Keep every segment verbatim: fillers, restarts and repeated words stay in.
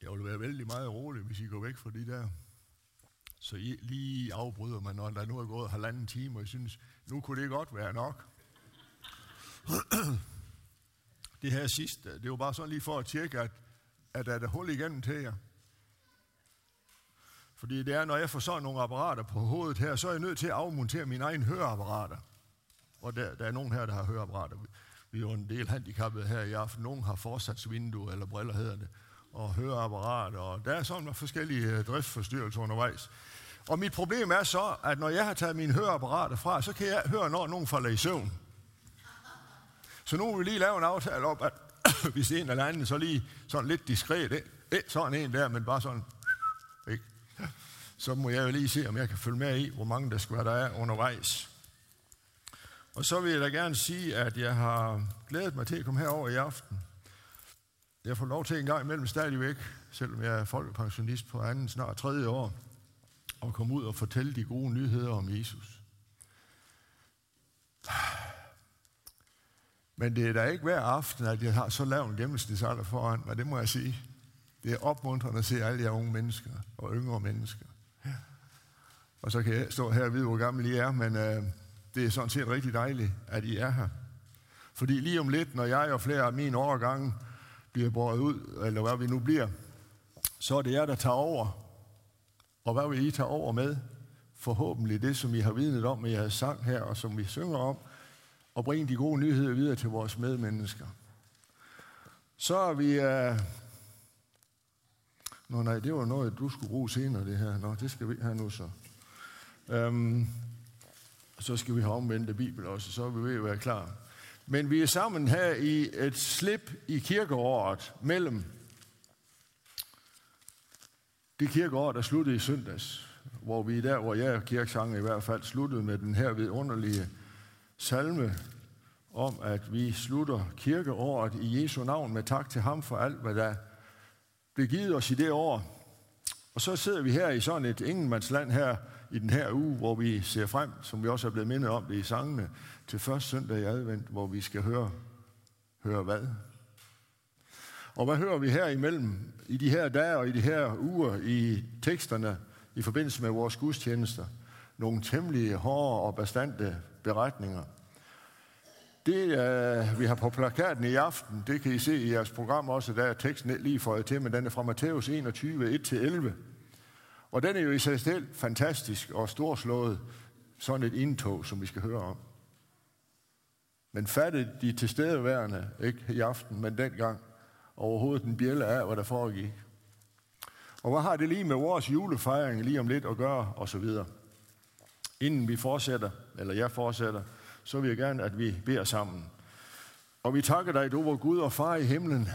Jeg vil være vældig meget rolig, hvis I går væk fra de der. Så I lige afbryder man, når der nu er gået halvanden time, og jeg synes, nu kunne det godt være nok. Det her sidste, det var bare sådan lige for at tjekke, at, at der er der hul igennem til jer. Fordi det er, når jeg får sådan nogle apparater på hovedet her, så er jeg nødt til at afmontere mine egne høreapparater. Og der, der er nogen her, der har høreapparater. Vi er jo en del handicappede her i aften. Nogen har forsatsvindue, eller briller hedder det, og høreapparater. Og der er sådan nogle forskellige driftsforstyrrelser undervejs. Og mit problem er så, at når jeg har taget mine høreapparater fra, så kan jeg høre, når nogen falder i søvn. Så nu vil vi lige lave en aftale om, at hvis en eller anden så lige sådan lidt diskret, ikke sådan en der, men bare sådan, ikke? Så må jeg jo lige se, om jeg kan følge med i, hvor mange der skal være der er undervejs. Og så vil jeg da gerne sige, at jeg har glædet mig til at komme herover i aften. Jeg får lov til en gang imellem stadigvæk, selvom jeg er folkepensionist på anden, snart tredje år, at komme ud og fortælle de gode nyheder om Jesus. Men det er da ikke hver aften, at jeg har så lav en gennemsnitsalder foran mig, det må jeg sige. Det er opmuntrende at se alle de unge mennesker og yngre mennesker. Ja. Og så kan jeg stå her og vide, hvor gammel I er, men øh, det er sådan set rigtig dejligt, at I er her. Fordi lige om lidt, når jeg og flere af mine årgange bliver båret ud, eller hvad vi nu bliver, så er det jer, der tager over. Og hvad vil I tage over med? Forhåbentlig det, som I har vidnet om i jeres sang her, og som vi synger om, og bringe de gode nyheder videre til vores medmennesker. Så er vi... Uh... Nå nej, det var noget, du skulle bruge senere, det her. Nå, det skal vi have nu så. Um... Så skal vi have omvendt Bibel også, så er vi ved at være klar. Men vi er sammen her i et slip i kirkeåret mellem det kirkeår, der sluttede i søndags, hvor vi der, hvor jeg og kirkesanger i hvert fald sluttede med den her vidunderlige salme om, at vi slutter kirkeåret i Jesu navn med tak til ham for alt, hvad der blev givet os i det år. Og så sidder vi her i sådan et ingenmandsland her i den her uge, hvor vi ser frem, som vi også er blevet mindet om det i sangene, til første søndag i advent, hvor vi skal høre, høre hvad? Og hvad hører vi her imellem, i de her dage og i de her uger, i teksterne, i forbindelse med vores gudstjenester? Nogle temmelig hårde og bastante beretninger. Det, uh, vi har på plakaten i aften, det kan I se i jeres program også, der er teksten lige føjet til, men den er fra Matthæus enogtyve, et til elleve. Og den er jo i sig selv fantastisk og storslået, sådan et indtog, som vi skal høre om. Men fattede de tilstedeværende, ikke i aften, men dengang, overhovedet den bjælle af, hvad der foregik. Og hvad har det lige med vores julefejring lige om lidt at gøre, og så videre. Inden vi fortsætter, eller jeg fortsætter, så vil jeg gerne, at vi beder sammen. Og vi takker dig, du vor Gud og Far i himlen,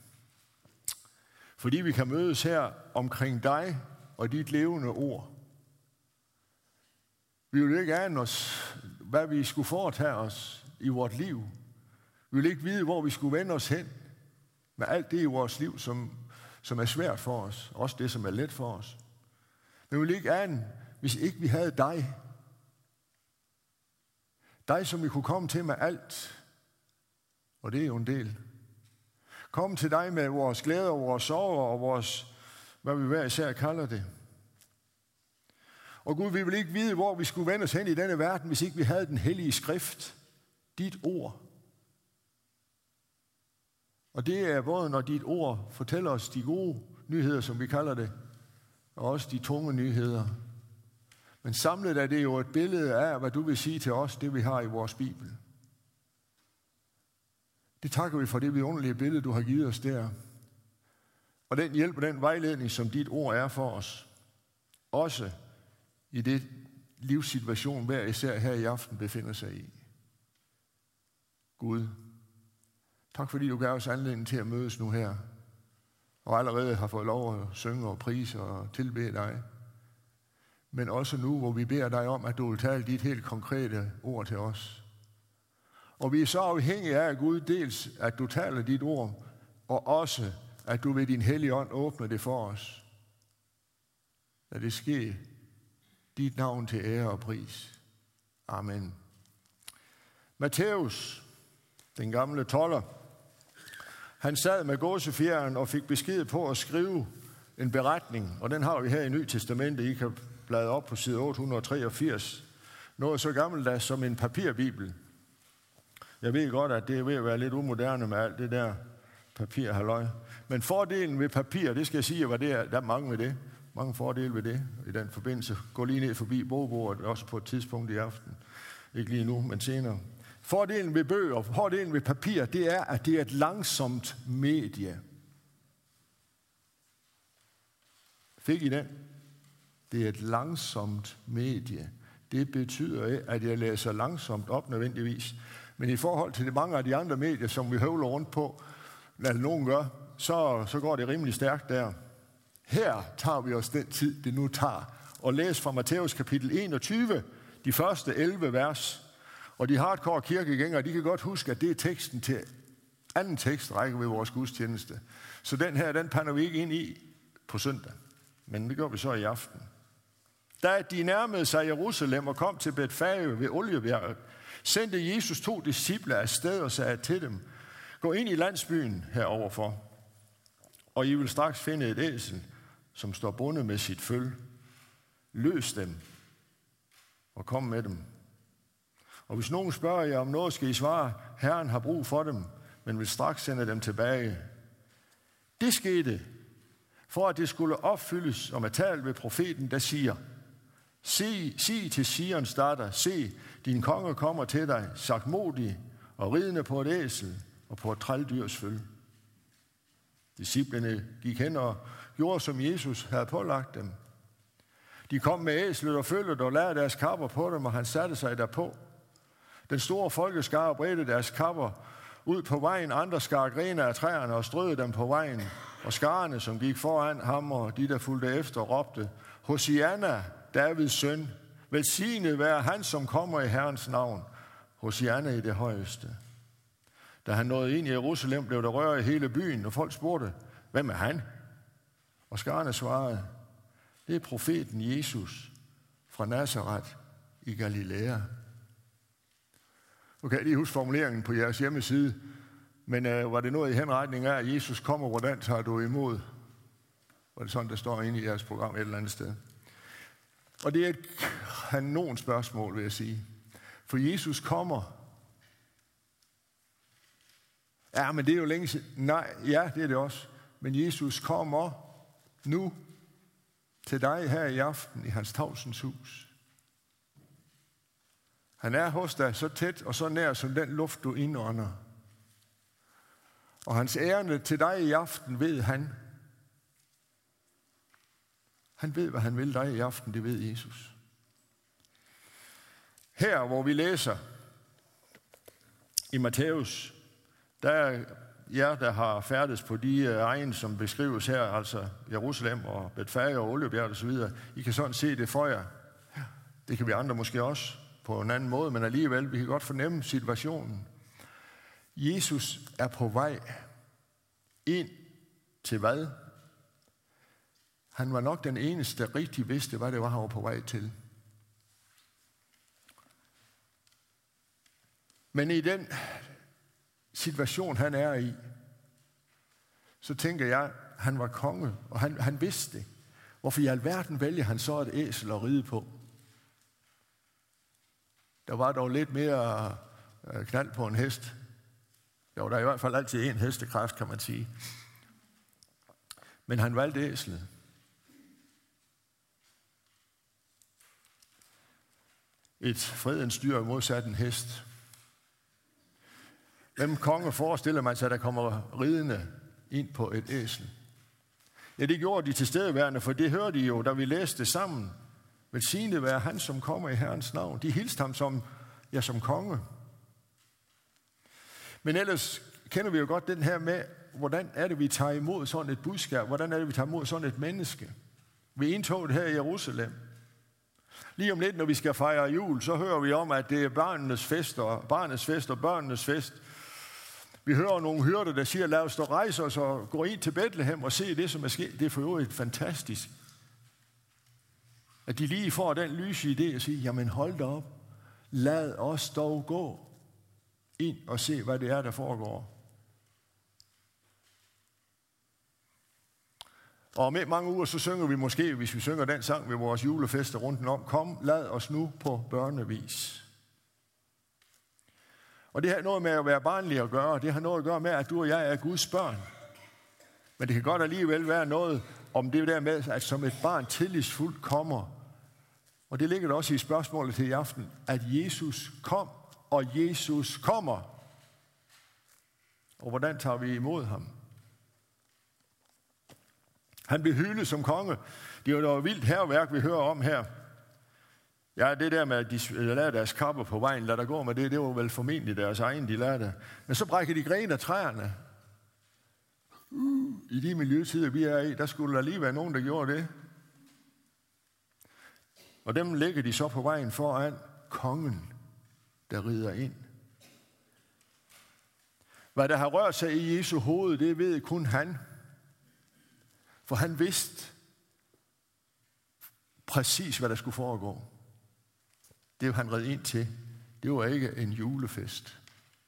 fordi vi kan mødes her omkring dig og dit levende ord. Vi vil ikke ane os, hvad vi skulle foretage os i vort liv. Vi vil ikke vide, hvor vi skulle vende os hen med alt det i vores liv, som, som er svært for os. Også det, som er let for os. Men vi vil ikke ane, hvis ikke vi havde dig. Dig, som vi kunne komme til med alt. Og det er jo en del. Kom til dig med vores glæder og vores sorger og vores, hvad vi hver især kalder det. Og Gud, vi vil ikke vide, hvor vi skulle vende os hen i denne verden, hvis ikke vi havde den hellige skrift. Dit ord. Og det er både, når dit ord fortæller os de gode nyheder, som vi kalder det, og også de tunge nyheder. Men samlet er det jo et billede af, hvad du vil sige til os, det vi har i vores Bibel. Det takker vi for det vidunderlige billede, du har givet os der. Og den hjælp og den vejledning, som dit ord er for os. Også i det livssituation, hver især her i aften befinder sig i. Gud, tak fordi du gav os anledning til at mødes nu her. Og allerede har fået lov at synge og prise og tilbede dig. Men også nu, hvor vi beder dig om, at du vil tale dit helt konkrete ord til os. Og vi er så afhængige af, Gud, dels at du taler dit ord, og også at du ved din hellige ånd åbner det for os. Lad det ske dit navn til ære og pris. Amen. Matthæus, den gamle tolder, han sad med gåsefjeren og fik besked på at skrive en beretning, og den har vi her i Nye Testamentet. I kan bladre op på side otte hundrede treogfirs. Noget så gammeldags som en papirbibel. Jeg ved godt, at det er ved at være lidt umoderne med alt det der papirhalløj. Men fordelen ved papir, det skal jeg sige, hvad det er. Der er mange ved det. Mange fordele ved det i den forbindelse. Gå lige ned forbi bogbordet, også på et tidspunkt i aften. Ikke lige nu, men senere. Fordelen ved bøger, fordelen ved papir, det er, at det er et langsomt medie. Fik I den? Det er et langsomt medie. Det betyder, at jeg læser langsomt op nødvendigvis. Men i forhold til de mange af de andre medier, som vi høvler rundt på, når nogen gør, så, så går det rimelig stærkt der. Her tager vi os den tid, det nu tager, og læs fra Matthæus kapitel enogtyve, de første elleve vers. Og de hardcore kirkegængere, de kan godt huske, at det er teksten til anden tekstrække ved vores gudstjeneste. Så den her, den pander vi ikke ind i på søndag. Men det gør vi så i aften. Da de nærmede sig Jerusalem og kom til Betfage ved Oliebjerget, sendte Jesus to disciple afsted og sagde til dem, gå ind i landsbyen heroverfor, og I vil straks finde et æsel, som står bundet med sit føl. Løs dem og kom med dem. Og hvis nogen spørger jer om noget, skal I svare, Herren har brug for dem, men vil straks sende dem tilbage. Det skete, for at det skulle opfyldes, som er talt ved profeten, der siger, sig, sig til Sions datter, se, din konge kommer til dig, sagtmodig og ridende på et æsel og på et trældyrs føl. Disciplene gik hen og gjorde, som Jesus havde pålagt dem. De kom med æslet og følget og lagde deres kapper på dem, og han satte sig derpå. Den store folkeskare bredte deres kapper ud på vejen, andre skar grene af træerne og strøede dem på vejen, og skarerne, som gik foran ham, og de, der fulgte efter, råbte, Hosianna, Davids søn, velsignet være han, som kommer i Herrens navn, Hosianna i det højeste. Da han nåede ind i Jerusalem, blev der røre i hele byen, og folk spurgte, hvem er han? Og skarerne svarede, det er profeten Jesus fra Nazaret i Galilea. Okay, lige husk formuleringen på jeres hjemmeside, men øh, var det noget i henretning af, at Jesus kommer, hvordan tager du imod? Var det sådan, der står inde i jeres program et eller andet sted? Og det er et kanon spørgsmål, vil jeg sige. For Jesus kommer. Ja, men det er jo længe siden. Nej, ja, det er det også. Men Jesus kommer nu til dig her i aften i hans tavsens hus. Han er hos dig så tæt og så nær som den luft, du indånder. Og hans ærende til dig i aften ved han. Han ved, hvad han vil dig i aften, det ved Jesus. Her, hvor vi læser i Matthæus, der er jer, der har færdes på de egne, som beskrives her, altså Jerusalem og Betfage og Oliebjerg og så videre. I kan sådan se det for jer. Det kan vi andre måske også på en anden måde, men alligevel, vi kan godt fornemme situationen. Jesus er på vej ind til hvad? Han var nok den eneste, der rigtig vidste, hvad det var, han var på vej til. Men i den situation, han er i, så tænker jeg, han var konge, og han, han vidste det. Hvorfor i alverden vælger han så et æsel at ride på? Der var dog lidt mere knald på en hest. Der var der i hvert fald altid en hestekræft, kan man sige. Men han valgte æslet. Et fredens dyr modsat en hest. Hvem konge forestiller man sig, der kommer ridende ind på et æsel? Ja, det gjorde de tilstedeværende, for det hørte de jo, da vi læste det sammen. Velsignet være han, som kommer i Herrens navn. De hilste ham som, ja, som konge. Men ellers kender vi jo godt den her med, hvordan er det, vi tager imod sådan et budskab? Hvordan er det, vi tager imod sådan et menneske? Vi indtog det her i Jerusalem. Lige om lidt, når vi skal fejre jul, så hører vi om, at det er barnenes fest og barnets fest og børnenes fest. Vi hører nogle hyrder, der siger, lad os da rejse os og gå ind til Bethlehem og se det, som er sket. Det er for øvrigt fantastisk. At de lige får den lyse idé at sige, jamen hold da op, lad os dog gå ind og se, hvad det er, der foregår. Og om ikke mange uger, så synger vi måske, hvis vi synger den sang ved vores julefester rundt om, kom, lad os nu på børnevis. Og det har noget med at være barnlig at gøre, det har noget at gøre med, at du og jeg er Guds børn. Men det kan godt alligevel være noget om det der med, at som et barn tillidsfuldt kommer. Og det ligger der også i spørgsmålet til i aften, at Jesus kom, og Jesus kommer. Og hvordan tager vi imod ham? Han blev hyldet som konge. Det er jo noget vildt hærværk, vi hører om her. Ja, det der med, at de lader deres kapper på vejen, lad der gå med det, det var vel formentlig deres egen, de lærte. Men så brækker de grene af træerne. Uh, I de miljøtider, vi er i, der skulle der lige være nogen, der gjorde det. Og dem lægger de så på vejen foran kongen, der rider ind. Hvad der har rørt sig i Jesu hoved, det ved kun han. For han vidste præcis, hvad der skulle foregå. Det han red ind til, det var ikke en julefest.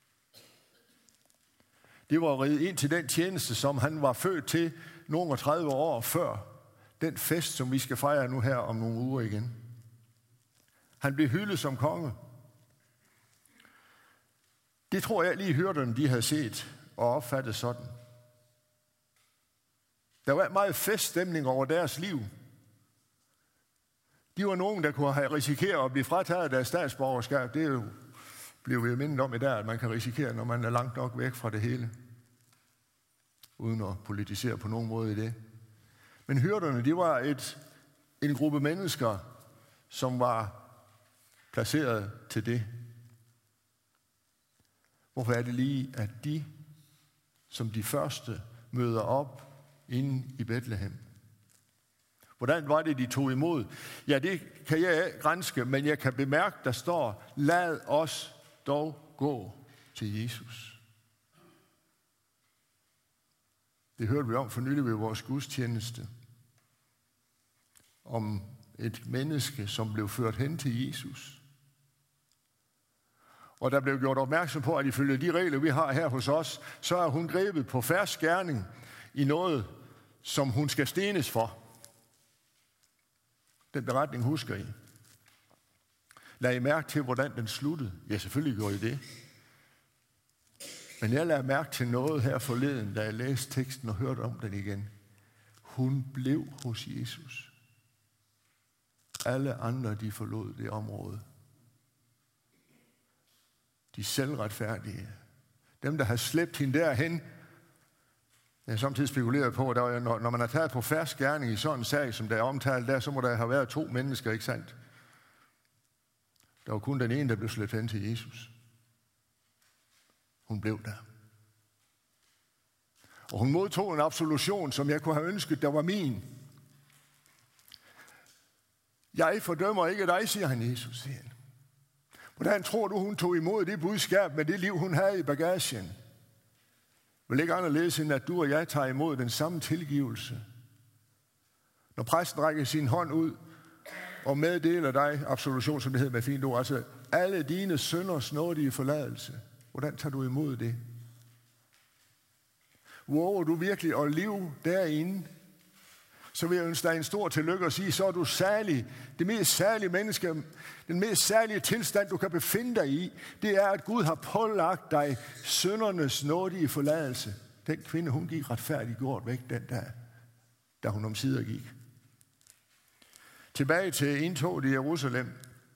Det var red ind til den tjeneste, som han var født til nogle og tredive år før. Den fest, som vi skal fejre nu her om nogle uger igen. Han blev hyldet som konge. Det tror jeg lige hyrderne, de havde set og opfattet sådan. Der var meget feststemning over deres liv. De var nogen, der kunne have risikeret at blive frataget deres statsborgerskab. Det er jo, bliver vi jo mindet om i dag, at man kan risikere, når man er langt nok væk fra det hele. Uden at politisere på nogen måde i det. Men hyrderne, de var et, en gruppe mennesker, som var placeret til det. Hvorfor er det lige, at de, som de første, møder op inde i Bethlehem? Hvordan var det, de tog imod? Ja, det kan jeg ikke granske, men jeg kan bemærke, der står, lad os dog gå til Jesus. Det hørte vi om for nylig ved vores gudstjeneste. Om et menneske, som blev ført hen til Jesus. Og der blev gjort opmærksom på, at ifølge de regler, vi har her hos os, så er hun grebet på fersk gerning i noget, som hun skal stenes for. Den beretning husker I. Lad I mærke til, hvordan den sluttede. Ja, selvfølgelig gjorde I det. Men jeg lader mærke til noget her forleden, da jeg læste teksten og hørte om den igen. Hun blev hos Jesus. Alle andre, de forlod det område. De selvretfærdige. Dem, der har slæbt hende derhen. Jeg har samtidig spekuleret på, at der, når, når man har taget på fersk gerning i sådan en sag, som der er omtalt der, så må der have været to mennesker, ikke sandt? Der var kun den ene, der blev slæbt hen til Jesus. Hun blev der. Og hun modtog en absolution, som jeg kunne have ønsket, der var min. Jeg fordømmer ikke dig, siger han, Jesus, siger han. Hvordan tror du, hun tog imod det budskab med det liv, hun havde i bagagen? Vel ikke anderledes, end at du og jeg tager imod den samme tilgivelse. Når præsten rækker sin hånd ud og meddeler dig absolution, som det hedder med fint ord, altså alle dine synders nådige forladelse. Hvordan tager du imod det? Våger du virkelig at leve derinde? Så vil jeg ønske dig en stor tillykke og sige, så er du særlig. Det mest særlige menneske, den mest særlige tilstand, du kan befinde dig i, det er, at Gud har pålagt dig syndernes nådige forladelse. Den kvinde, hun gik retfærdigt gjort væk den dag, da hun omsider gik. Tilbage til indtoget i Jerusalem.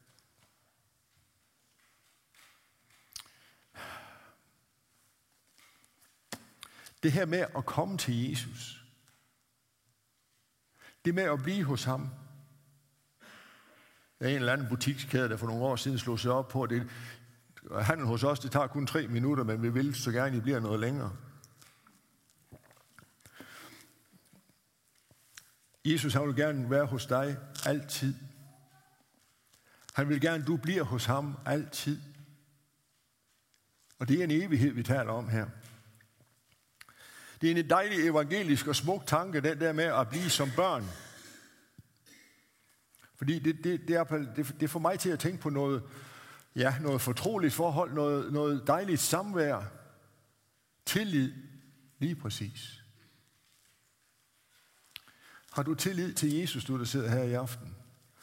Det her med at komme til Jesus. Det med at blive hos ham. Der er en eller anden butikskæde, der for nogle år siden slog sig op på, det handel hos os, det tager kun tre minutter, men vi vil så gerne, det bliver noget længere. Jesus, han vil gerne være hos dig altid. Han vil gerne, at du bliver hos ham altid. Og det er en evighed, vi taler om her. Det er en dejlig evangelisk og smuk tanke, den der med at blive som børn. Fordi det, det, det, er, det, det får mig til at tænke på noget, ja, noget fortroligt forhold, noget, noget dejligt samvær, tillid, lige præcis. Har du tillid til Jesus, du der sidder her i aften?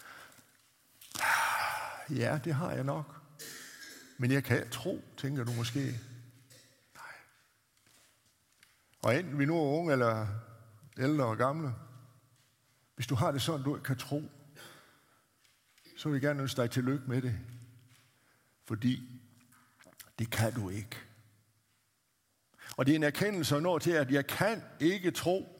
Ja, det har jeg nok. Men jeg kan tro, tænker du måske. Nej. Og enten vi nu er unge eller ældre og gamle, hvis du har det sådan, du ikke kan tro, så vil jeg gerne ønske dig tillykke med det. Fordi det kan du ikke. Og det er en erkendelse at nå til, at jeg kan ikke tro.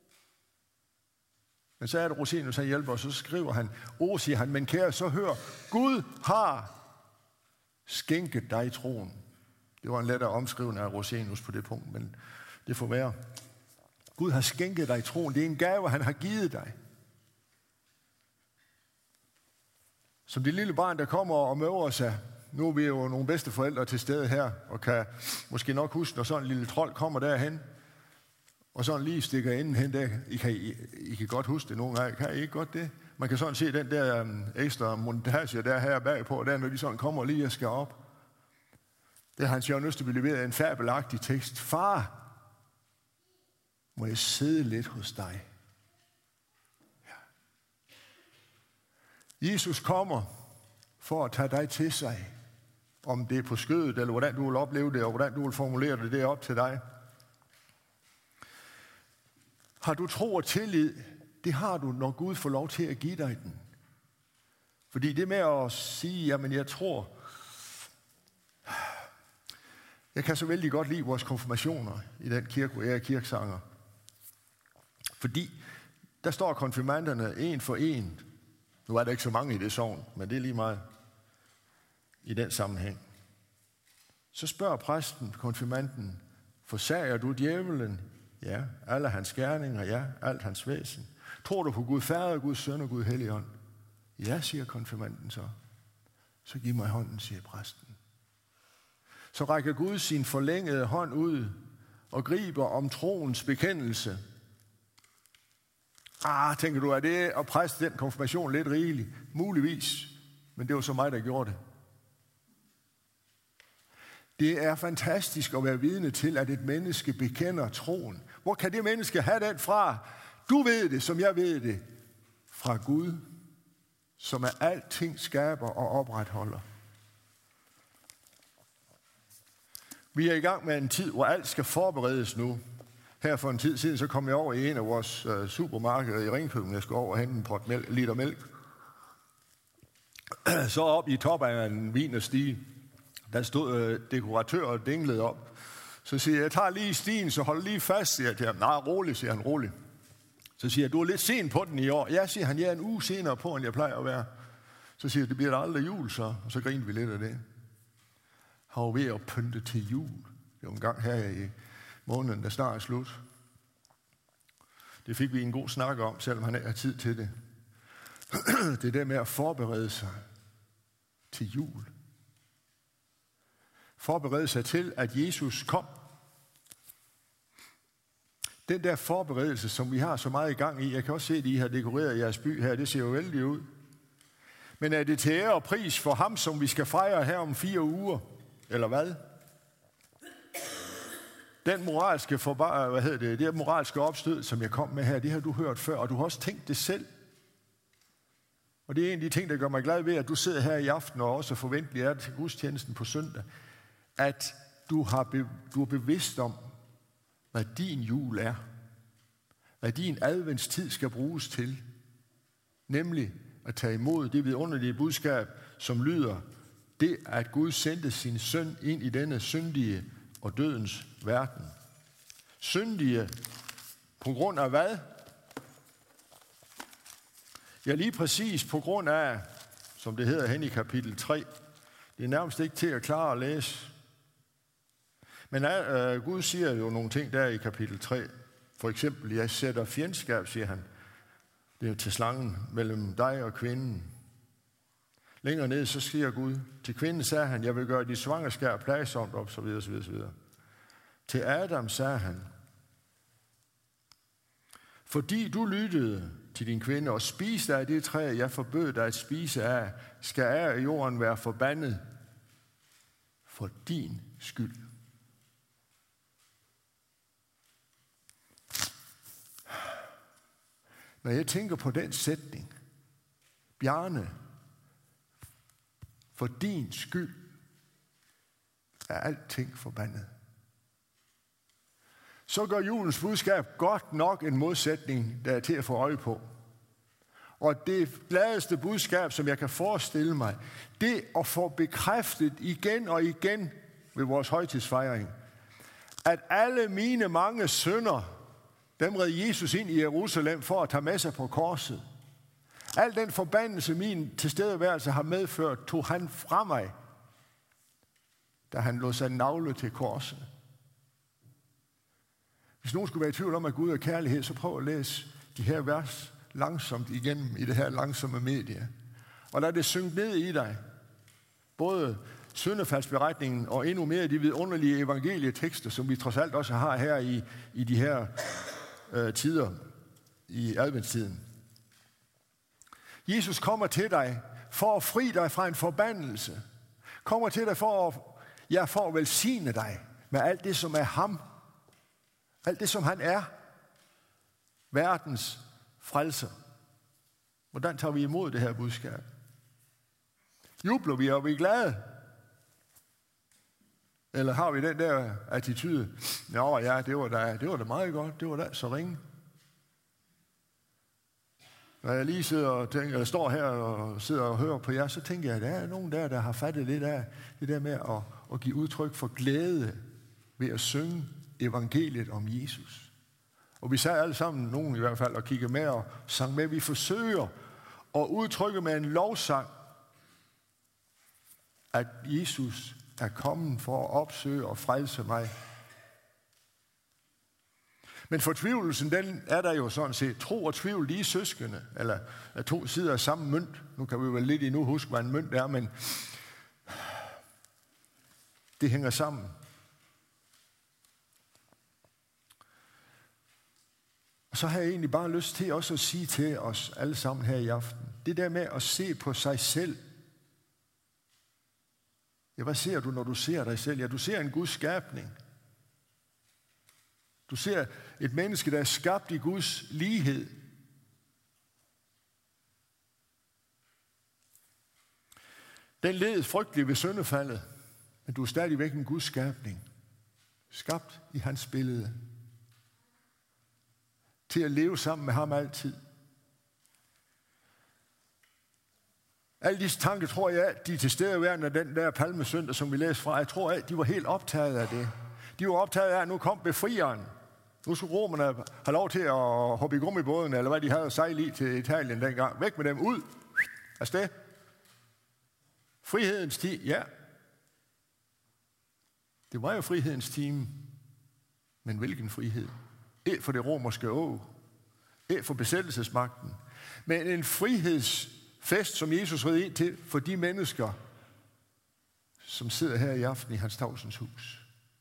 Men så er det Rosenius, han hjælper, og så skriver han, åh, siger han, men kære, så hør, Gud har skænket dig troen. Det var en lettere omskrivning af Rosenius på det punkt, men det får være. Gud har skænket dig troen. Det er en gave, han har givet dig. Som det lille barn, der kommer og møver sig. Nu er vi jo nogle bedste forældre til stede her, og kan måske nok huske, når sådan en lille trold kommer derhen, og sådan lige stikker inden hen der. I kan, I, I kan godt huske det nogle gange. Kan I ikke godt det? Man kan sådan se den der um, ekstra montage, der her bagpå, der når de sådan kommer lige og skal op. Det har Hans Jørgen Østerby leveret en fabelagtig tekst. Far, må jeg sidde lidt hos dig? Ja. Jesus kommer for at tage dig til sig. Om det er på skødet, eller hvordan du vil opleve det, og hvordan du vil formulere det, det er op til dig. Har du tro og tillid? Det har du, når Gud får lov til at give dig den. Fordi det med at sige, jamen jeg tror, jeg kan så vældig godt lide vores konfirmationer i den kirke, hvor jeg er kirkesanger. Fordi der står konfirmanderne en for en. Nu er der ikke så mange i det sogn, men det er lige meget i den sammenhæng. Så spørger præsten, konfirmanden, forsager du djævelen? Ja, alle hans gerninger, ja, alt hans væsen. Tror du på Gud Fader, Gud Søn og Gud Helligånd? Ja, siger konfirmanden så. Så giv mig hånden, siger præsten. Så rækker Gud sin forlængede hånd ud og griber om troens bekendelse. Ah, tænker du, er det at præste den konfirmation lidt rigeligt? Muligvis, men det var så mig, der gjorde det. Det er fantastisk at være vidne til, at et menneske bekender troen. Hvor kan det menneske have den fra? Du ved det, som jeg ved det. Fra Gud, som er alting skaber og opretholder. Vi er i gang med en tid, hvor alt skal forberedes nu. Her for en tid siden, så kom jeg over i en af vores uh, supermarkeder i Ringkøbing. Jeg skulle over og hente en pot mælk, liter mælk. Så op i top af en vinerstige, der stod øh, dekoratør og dinglede op. Så siger jeg, jeg tager lige stien, så hold lige fast, siger jeg til ham. Nej, rolig, siger han, rolig. Så siger jeg, du er lidt sen på den i år. Ja, siger han, jeg er en uge senere på, end jeg plejer at være. Så siger jeg, det bliver da aldrig jul, så. Og så griner vi lidt af det. Han var ved at pynte til jul. Det var en gang her i måneden, der snart er slut. Det fik vi en god snak om, selvom han ikke har tid til det. Det der med at forberede sig til jul. Forberede sig til, at Jesus kom. Den der forberedelse, som vi har så meget i gang i, jeg kan også se, at I har dekoreret jeres by her, det ser jo vældig ud. Men er det til ære og pris for ham, som vi skal fejre her om fire uger? Eller hvad? Den moralske, forbar, hvad hedder det, det moralske opstød, som jeg kom med her, det har du hørt før, og du har også tænkt det selv. Og det er en af de ting, der gør mig glad ved, at du sidder her i aften, og også forventelig er til gudstjenesten på søndag, at du, har be, du er bevidst om, hvad din jul er. Hvad din adventstid skal bruges til. Nemlig at tage imod det vidunderlige budskab, som lyder, det at Gud sendte sin søn ind i denne syndige og dødens verden. Syndige på grund af hvad? Ja, lige præcis på grund af, som det hedder hen i kapitel tre, det er nærmest ikke til at klare at læse. Men uh, Gud siger jo nogle ting der i kapitel tre. For eksempel, jeg sætter fjendskab, siger han. Det er til slangen mellem dig og kvinden. Længere ned, så siger Gud, til kvinden sagde han, jeg vil gøre dit svangerskab plagsomt op, så videre, så videre, så videre. Til Adam sagde han, fordi du lyttede til din kvinde og spiste af det træ, jeg forbød dig at spise af, skal af jorden være forbandet for din skyld. Når jeg tænker på den sætning, Bjarne, for din skyld er alting forbandet, så gør julens budskab godt nok en modsætning, der er til at få øje på. Og det gladeste budskab, som jeg kan forestille mig, det at få bekræftet igen og igen ved vores højtidsfejring, at alle mine mange synder, dem red Jesus ind i Jerusalem for at tage med sig på korset. Al den forbandelse, min tilstedeværelse har medført, tog han fra mig, da han lod sig nagle til korset. Hvis nogen skulle være i tvivl om, at Gud er kærlighed, så prøv at læse de her vers langsomt igennem i det her langsomme medie. Og lad det synke ned i dig. Både syndefaldsberetningen og endnu mere de vidunderlige evangelietekster, som vi trods alt også har her i, i de her øh, tider, i adventstiden. Jesus kommer til dig for at fri dig fra en forbandelse. Kommer til dig for at, ja, for at velsigne dig med alt det, som er ham. Alt det, som han er. Verdens frelser. Hvordan tager vi imod det her budskab? Jubler vi, og vi er glade? Eller har vi den der attitude? Nå ja, det var da, det var da meget godt. Det var da så ringe. Når jeg lige sidder og tænker, eller står her og sidder og hører på jer, så tænker jeg, at der er nogen der, der har fattet lidt af det der med at, at give udtryk for glæde ved at synge evangeliet om Jesus. Og vi sad alle sammen, nogen i hvert fald, og kiggede med og sang med. Vi forsøger at udtrykke med en lovsang, at Jesus er kommet for at opsøge og frelse mig. Men fortvivlelsen, den er der jo sådan set. Tro og tvivl, de er søskende, eller er to sider af samme mønt. Nu kan vi vel lidt endnu huske, hvad en mønt er, men det hænger sammen. Og så har jeg egentlig bare lyst til også at sige til os alle sammen her i aften, det der med at se på sig selv. Ja, hvad ser du, når du ser dig selv? Ja, du ser en Guds skabning. Du ser et menneske, der er skabt i Guds lighed. Den led frygtelig ved syndefaldet, men du er stadigvæk en Guds skabning. Skabt i hans billede. Til at leve sammen med ham altid. Alle disse tanker, tror jeg, de er tilstedeværende af den der palmesøndag, som vi læste fra. Jeg tror, at de var helt optaget af det. De var optaget af, at nu kom befrieren. Nu skulle romerne have lov til at hoppe i gummibåden, eller hvad de havde at sejle i til Italien dengang. Væk med dem, ud. Afsted. Frihedens time, ja. Det var jo frihedens time. Men hvilken frihed? Et for det romerske åg. Et for besættelsesmagten. Men en frihedsfest, som Jesus red ind til for de mennesker, som sidder her i aften i hans tavsens hus.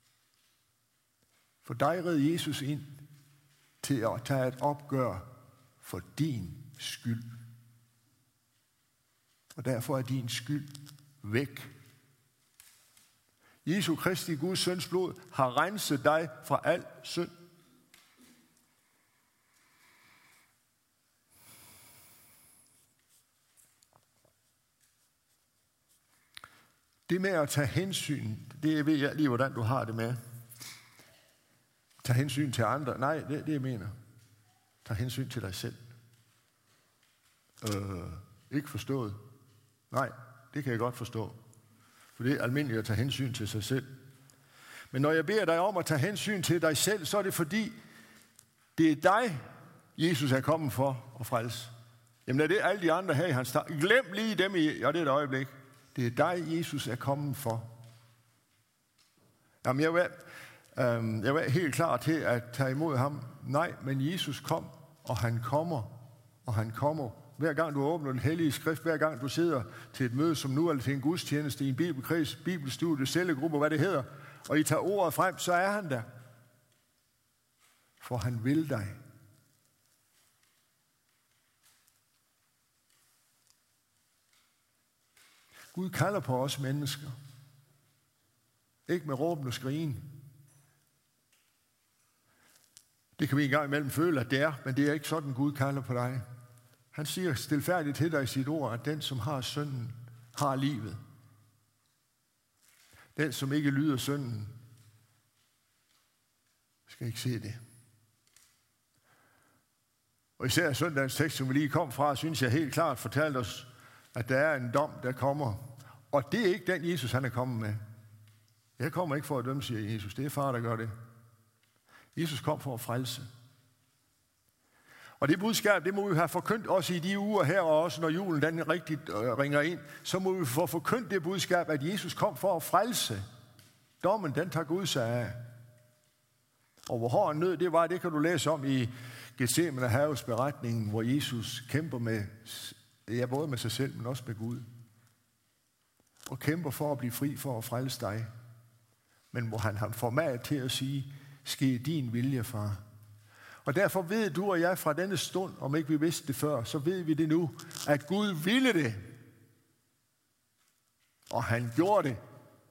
For dig red Jesus ind til at tage et opgør for din skyld. Og derfor er din skyld væk. Jesu Kristi, Guds søns blod, har renset dig fra al synd. Det med at tage hensyn, det ved jeg lige, hvordan du har det med. Tag hensyn til andre. Nej, det er det, jeg mener. Tag hensyn til dig selv. Øh, ikke forstået. Nej, det kan jeg godt forstå. For det er almindeligt at tage hensyn til sig selv. Men når jeg beder dig om at tage hensyn til dig selv, så er det fordi, det er dig, Jesus er kommet for at frelse. Jamen er det alle de andre her i hans tag. Glem lige dem i, ja, det er et øjeblik. Det er dig, Jesus er kommet for. Jamen jeg vil, øh, jeg var helt klar til at tage imod ham. Nej, men Jesus kom, og han kommer, og han kommer. Hver gang du åbner den hellige skrift, hver gang du sidder til et møde som nu, eller til en gudstjeneste i en bibelkreds, bibelstudie, cellegruppe, hvad det hedder, og I tager ordet frem, så er han der. For han vil dig. Gud kalder på os mennesker. Ikke med råben og skrigen. Det kan vi engang imellem føle, at det er, men det er ikke sådan, Gud kalder på dig. Han siger stilfærdigt til dig i sit ord, at den, som har synden, har livet. Den, som ikke lyder synden, skal ikke se det. Og især søndagens tekst, som vi lige kom fra, synes jeg helt klart fortalte os, at der er en dom, der kommer. Og det er ikke den Jesus, han er kommet med. Jeg kommer ikke for at dømme, siger Jesus. Det er far, der gør det. Jesus kom for at frelse. Og det budskab, det må vi have forkyndt også i de uger her, og også når julen den rigtigt ringer ind, så må vi få forkyndt det budskab, at Jesus kom for at frelse. Dommen, den tager Gud sig af. Og hvor hård en nød det var, det kan du læse om i Getsemane haves beretningen, hvor Jesus kæmper med, ja, både med sig selv, men også med Gud. Og kæmper for at blive fri for at frelse dig. Men hvor han har format til at sige, ske din vilje, far. Og derfor ved du og jeg fra denne stund, om ikke vi vidste det før, så ved vi det nu, at Gud ville det. Og han gjorde det.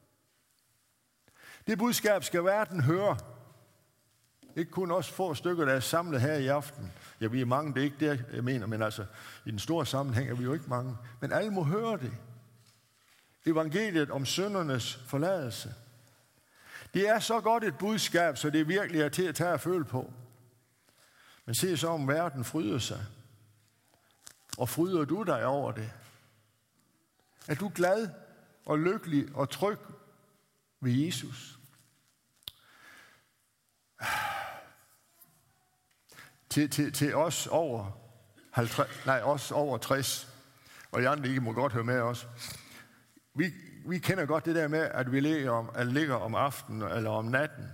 Det budskab skal verden høre. Ikke kun også få stykker, der er samlet her i aften. Ja, vi er mange, det er ikke det, jeg mener, men altså, i den store sammenhæng er vi jo ikke mange. Men alle må høre det. Evangeliet om syndernes forladelse. Det er så godt et budskab, så det virkelig er til at tage og føle på. Men se så, om verden fryder sig. Og fryder du dig over det? Er du glad og lykkelig og tryg ved Jesus? Til, til, til os over halvtreds, nej, os over tres, og I andre ikke må godt høre med os. Vi, vi kender godt det der med, at vi ligger om, at ligger om aftenen eller om natten.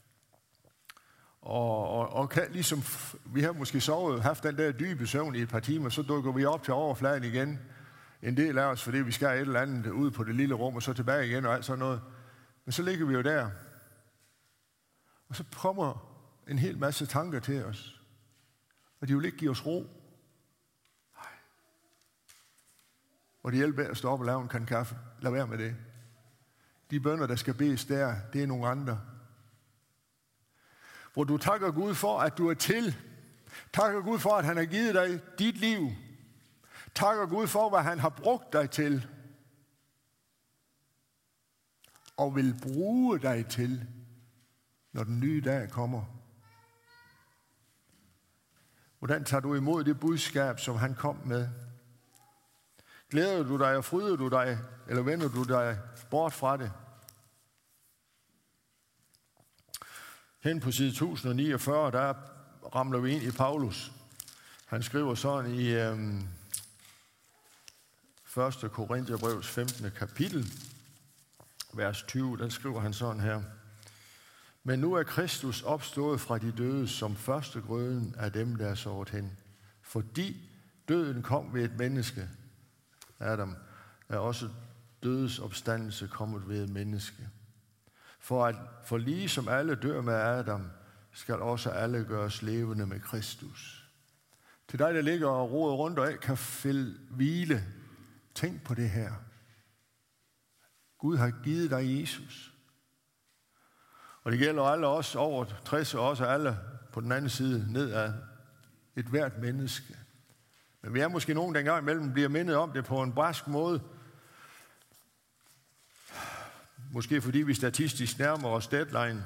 Og, og, og kan, ligesom vi har måske sovet, haft den der dybe søvn i et par timer, så dukker vi op til overfladen igen. En del af os, fordi vi skal et eller andet ud på det lille rum, og så tilbage igen og alt sådan noget. Men så ligger vi jo der. Og så kommer en hel masse tanker til os. Og de vil ikke give os ro. Nej. Og det hjælper at stå op og lave en kan kaffe. Lad være med det. De bønner, der skal bedes der, det er nogle andre. Hvor du takker Gud for, at du er til. Takker Gud for, at han har givet dig dit liv. Takker Gud for, hvad han har brugt dig til. Og vil bruge dig til, når den nye dag kommer. Hvordan tager du imod det budskab, som han kom med? Glæder du dig og fryder du dig, eller vender du dig bort fra det? Hen på side tusind niogfyrre, der ramler vi ind i Paulus. Han skriver sådan i øhm, første Korinthierbrevs femtende kapitel, vers tyve, der skriver han sådan her. Men nu er Kristus opstået fra de døde som førstegrøden af dem, der er såret hen. Fordi døden kom ved et menneske, Adam, er også dødes opstandelse kommet ved et menneske. For, at, for lige som alle dør med Adam, skal også alle gøres levende med Kristus. Til dig, der ligger og roder rundt og ikke kan fælde hvile, tænk på det her. Gud har givet dig Jesus. Og det gælder alle os over tres, og også alle på den anden side ned af et hvert menneske. Men vi er måske nogen, der engang imellem bliver mindet om det på en barsk måde. Måske fordi vi statistisk nærmer os deadline.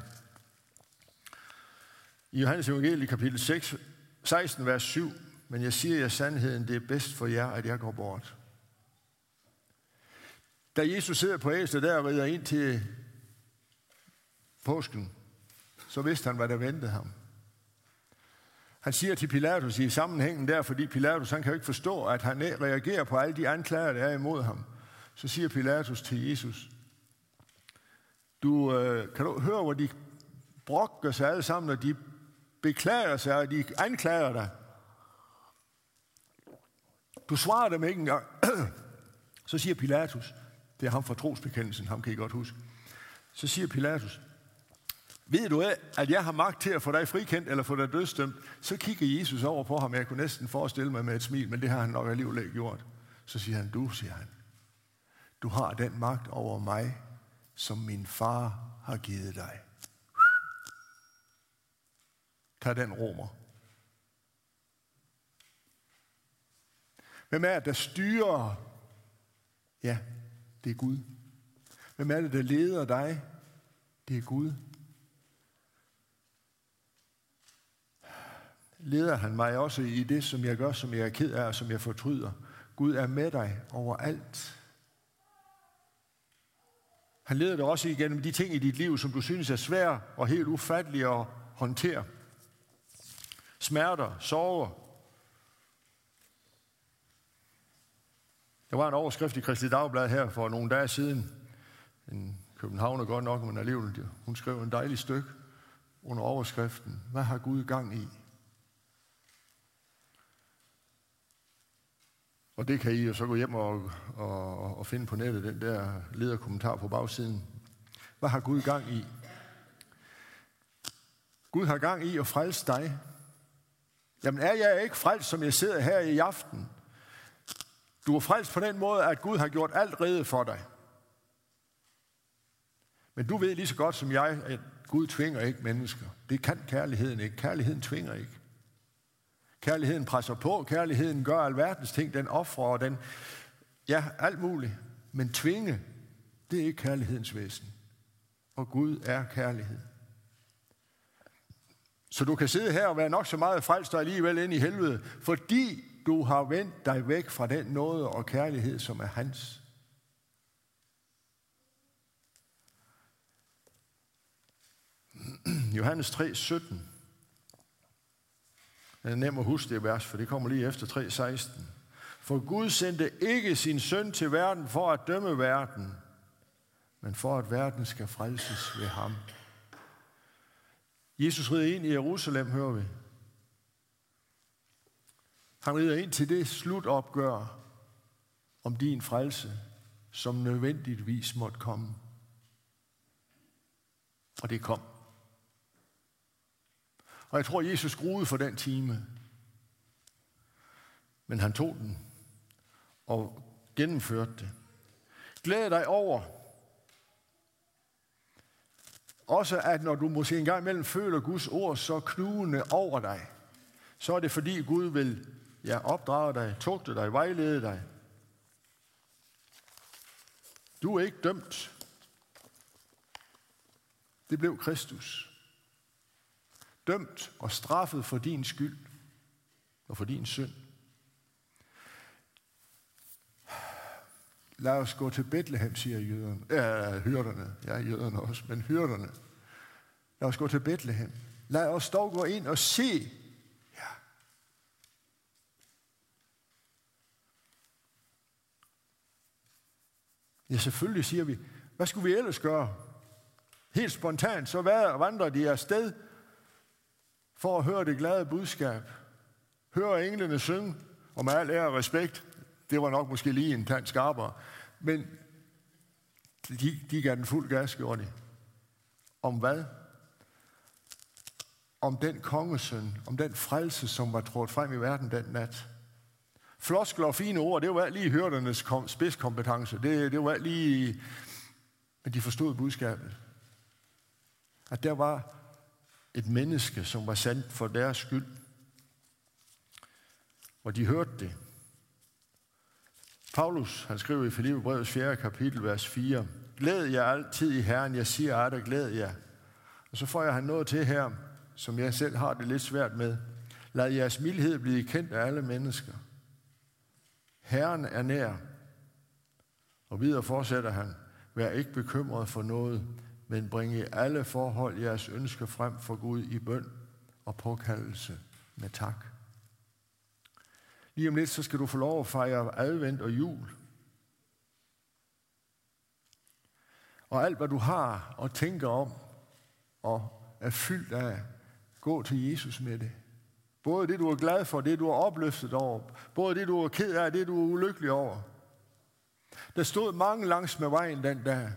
I Johannes evangeliet kapitel seks, seksten, vers syv. Men jeg siger jer sandheden, det er bedst for jer, at jeg går bort. Da Jesus sidder på æslet der og rider ind til påsken, så vidste han, hvad der ventede ham. Han siger til Pilatus i sammenhængen der, fordi Pilatus han kan jo ikke forstå, at han reagerer på alle de anklager, der er imod ham. Så siger Pilatus til Jesus, du, øh, kan du høre, hvor de brokker sig alle sammen, og de beklager sig, og de anklager dig. Du svarer dem ikke engang. Så siger Pilatus, det er ham fra trosbekendelsen, ham kan I godt huske. Så siger Pilatus, ved du at jeg har magt til at få dig frikendt eller få dig dødsdømt? Så kigger Jesus over på ham, jeg kunne næsten forestille mig med et smil, men det har han nok alligevel ikke gjort. Så siger han, du, siger han, du har den magt over mig, som min far har givet dig. Tag den romer. Hvem er det, der styrer? Ja, det er Gud. Hvem er det, der leder dig? Det er Gud. Leder han mig også i det, som jeg gør, som jeg er ked af, og som jeg fortryder? Gud er med dig overalt. Han leder dig også igennem de ting i dit liv, som du synes er svære og helt ufattelige at håndtere. Smerter, sorger. Der var en overskrift i Kristeligt Dagblad her for nogle dage siden. En københavner godt nok, men alligevel, hun skrev en dejlig stykke under overskriften. Hvad har Gud gang i? Og det kan I jo så gå hjem og, og, og finde på nettet, den der lederkommentar på bagsiden. Hvad har Gud gang i? Gud har gang i at frelse dig. Jamen er jeg ikke frelst, som jeg sidder her i aften? Du er frelst på den måde, at Gud har gjort alt rede for dig. Men du ved lige så godt som jeg, at Gud tvinger ikke mennesker. Det kan kærligheden ikke. Kærligheden tvinger ikke. Kærligheden presser på. Kærligheden gør alverdens ting. Den offrer og den... Ja, alt muligt. Men tvinge, det er ikke kærlighedens væsen. Og Gud er kærlighed. Så du kan sidde her og være nok så meget frelst og alligevel ind i helvede, fordi du har vendt dig væk fra den nåde og kærlighed, som er hans. Johannes tre sytten. Det er nemt at huske det vers, for det kommer lige efter tre seksten. For Gud sendte ikke sin søn til verden for at dømme verden, men for at verden skal frelses ved ham. Jesus rider ind i Jerusalem, hører vi. Han rider ind til det slutopgør om din frelse, som nødvendigvis måtte komme. Og det kom. Og jeg tror, Jesus gruede for den time. Men han tog den og gennemførte det. Glæd dig over, også at når du måske engang imellem føler Guds ord så knugende over dig, så er det fordi Gud vil ja, opdrage dig, tugte dig, vejlede dig. Du er ikke dømt. Det blev Kristus. Dømt og straffet for din skyld og for din synd. Lad os gå til Bethlehem, siger jøderne. Ja, hyrderne. Ja, jøderne også, men hyrderne. Lad os gå til Bethlehem. Lad os dog gå ind og se. Ja. Ja, selvfølgelig siger vi, hvad skulle vi ellers gøre? Helt spontant, så vandrer de afsted for at høre det glade budskab. Høre englene synge, og med al ære og respekt. Det var nok måske lige en tand skarpere. Men de, de gav den fuld gas, gjorde de. Om hvad? Om den kongesøn, om den frelse, som var trådt frem i verden den nat. Floskler og fine ord, det var lige hørternes spidskompetence. Det, det var lige... Men de forstod budskabet. At der var et menneske, som var sandt for deres skyld. Og de hørte det. Paulus, han skriver i Filipperbrevets fjerde kapitel, vers fire. Glæd jer altid i Herren, jeg siger at der glæd jer. Og så får jeg han noget til her, som jeg selv har det lidt svært med. Lad jeres mildhed blive kendt af alle mennesker. Herren er nær. Og videre fortsætter han. Vær ikke bekymret for noget, men bring i alle forhold jeres ønsker frem for Gud i bøn og påkaldelse med tak. Lige om lidt, så skal du få lov at fejre advent og jul. Og alt, hvad du har og tænker om og er fyldt af, gå til Jesus med det. Både det, du er glad for, det, du er opløftet over. Både det, du er ked af, det, du er ulykkelig over. Der stod mange langs med vejen den dag.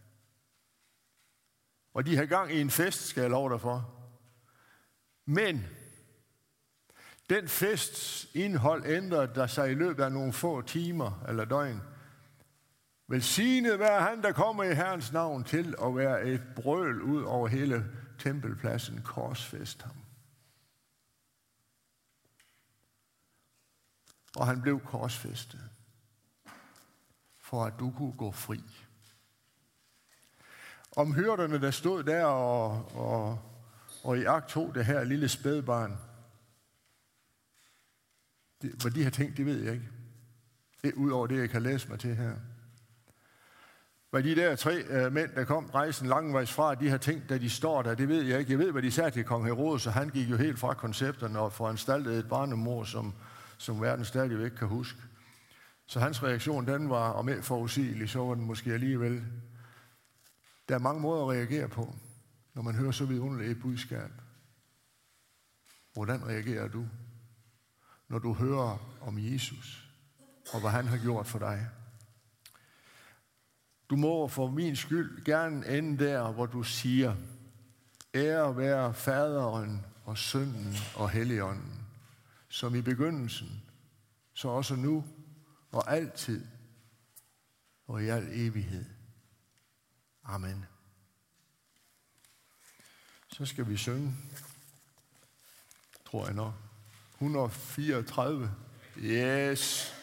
Og de har gang i en fest, skal jeg love dig for. Men den fests indhold ændrede der sig i løbet af nogle få timer eller døgn. Velsignet være han, der kommer i Herrens navn til at være et brøl ud over hele tempelpladsen. Korsfæst ham. og han blev korsfæstet, for at du kunne gå fri. Om hyrderne, der stod der og, og, og i akt to det her lille spædbarn, det, hvad de har tænkt, det ved jeg ikke. Det, udover det, jeg kan læse mig til her. Hvad de der tre øh, mænd, der kom rejsen langvejs fra, de har tænkt, da de står der, det ved jeg ikke. Jeg ved, hvad de sagde til kong Herodes, så han gik jo helt fra koncepterne og foranstaltede et barnemor, som, som verden stadigvæk kan huske. Så hans reaktion, den var, om ikke forudsigelig, så var den måske alligevel. Der er mange måder at reagere på, når man hører så vidunderligt et budskab. Hvordan reagerer du, når du hører om Jesus, og hvad han har gjort for dig? Du må for min skyld gerne ende der, hvor du siger, ære være faderen og sønnen og helligånden, som i begyndelsen, så også nu og altid og i al evighed. Amen. Så skal vi synge, tror jeg nok, et hundrede og fireogtredive. Yes.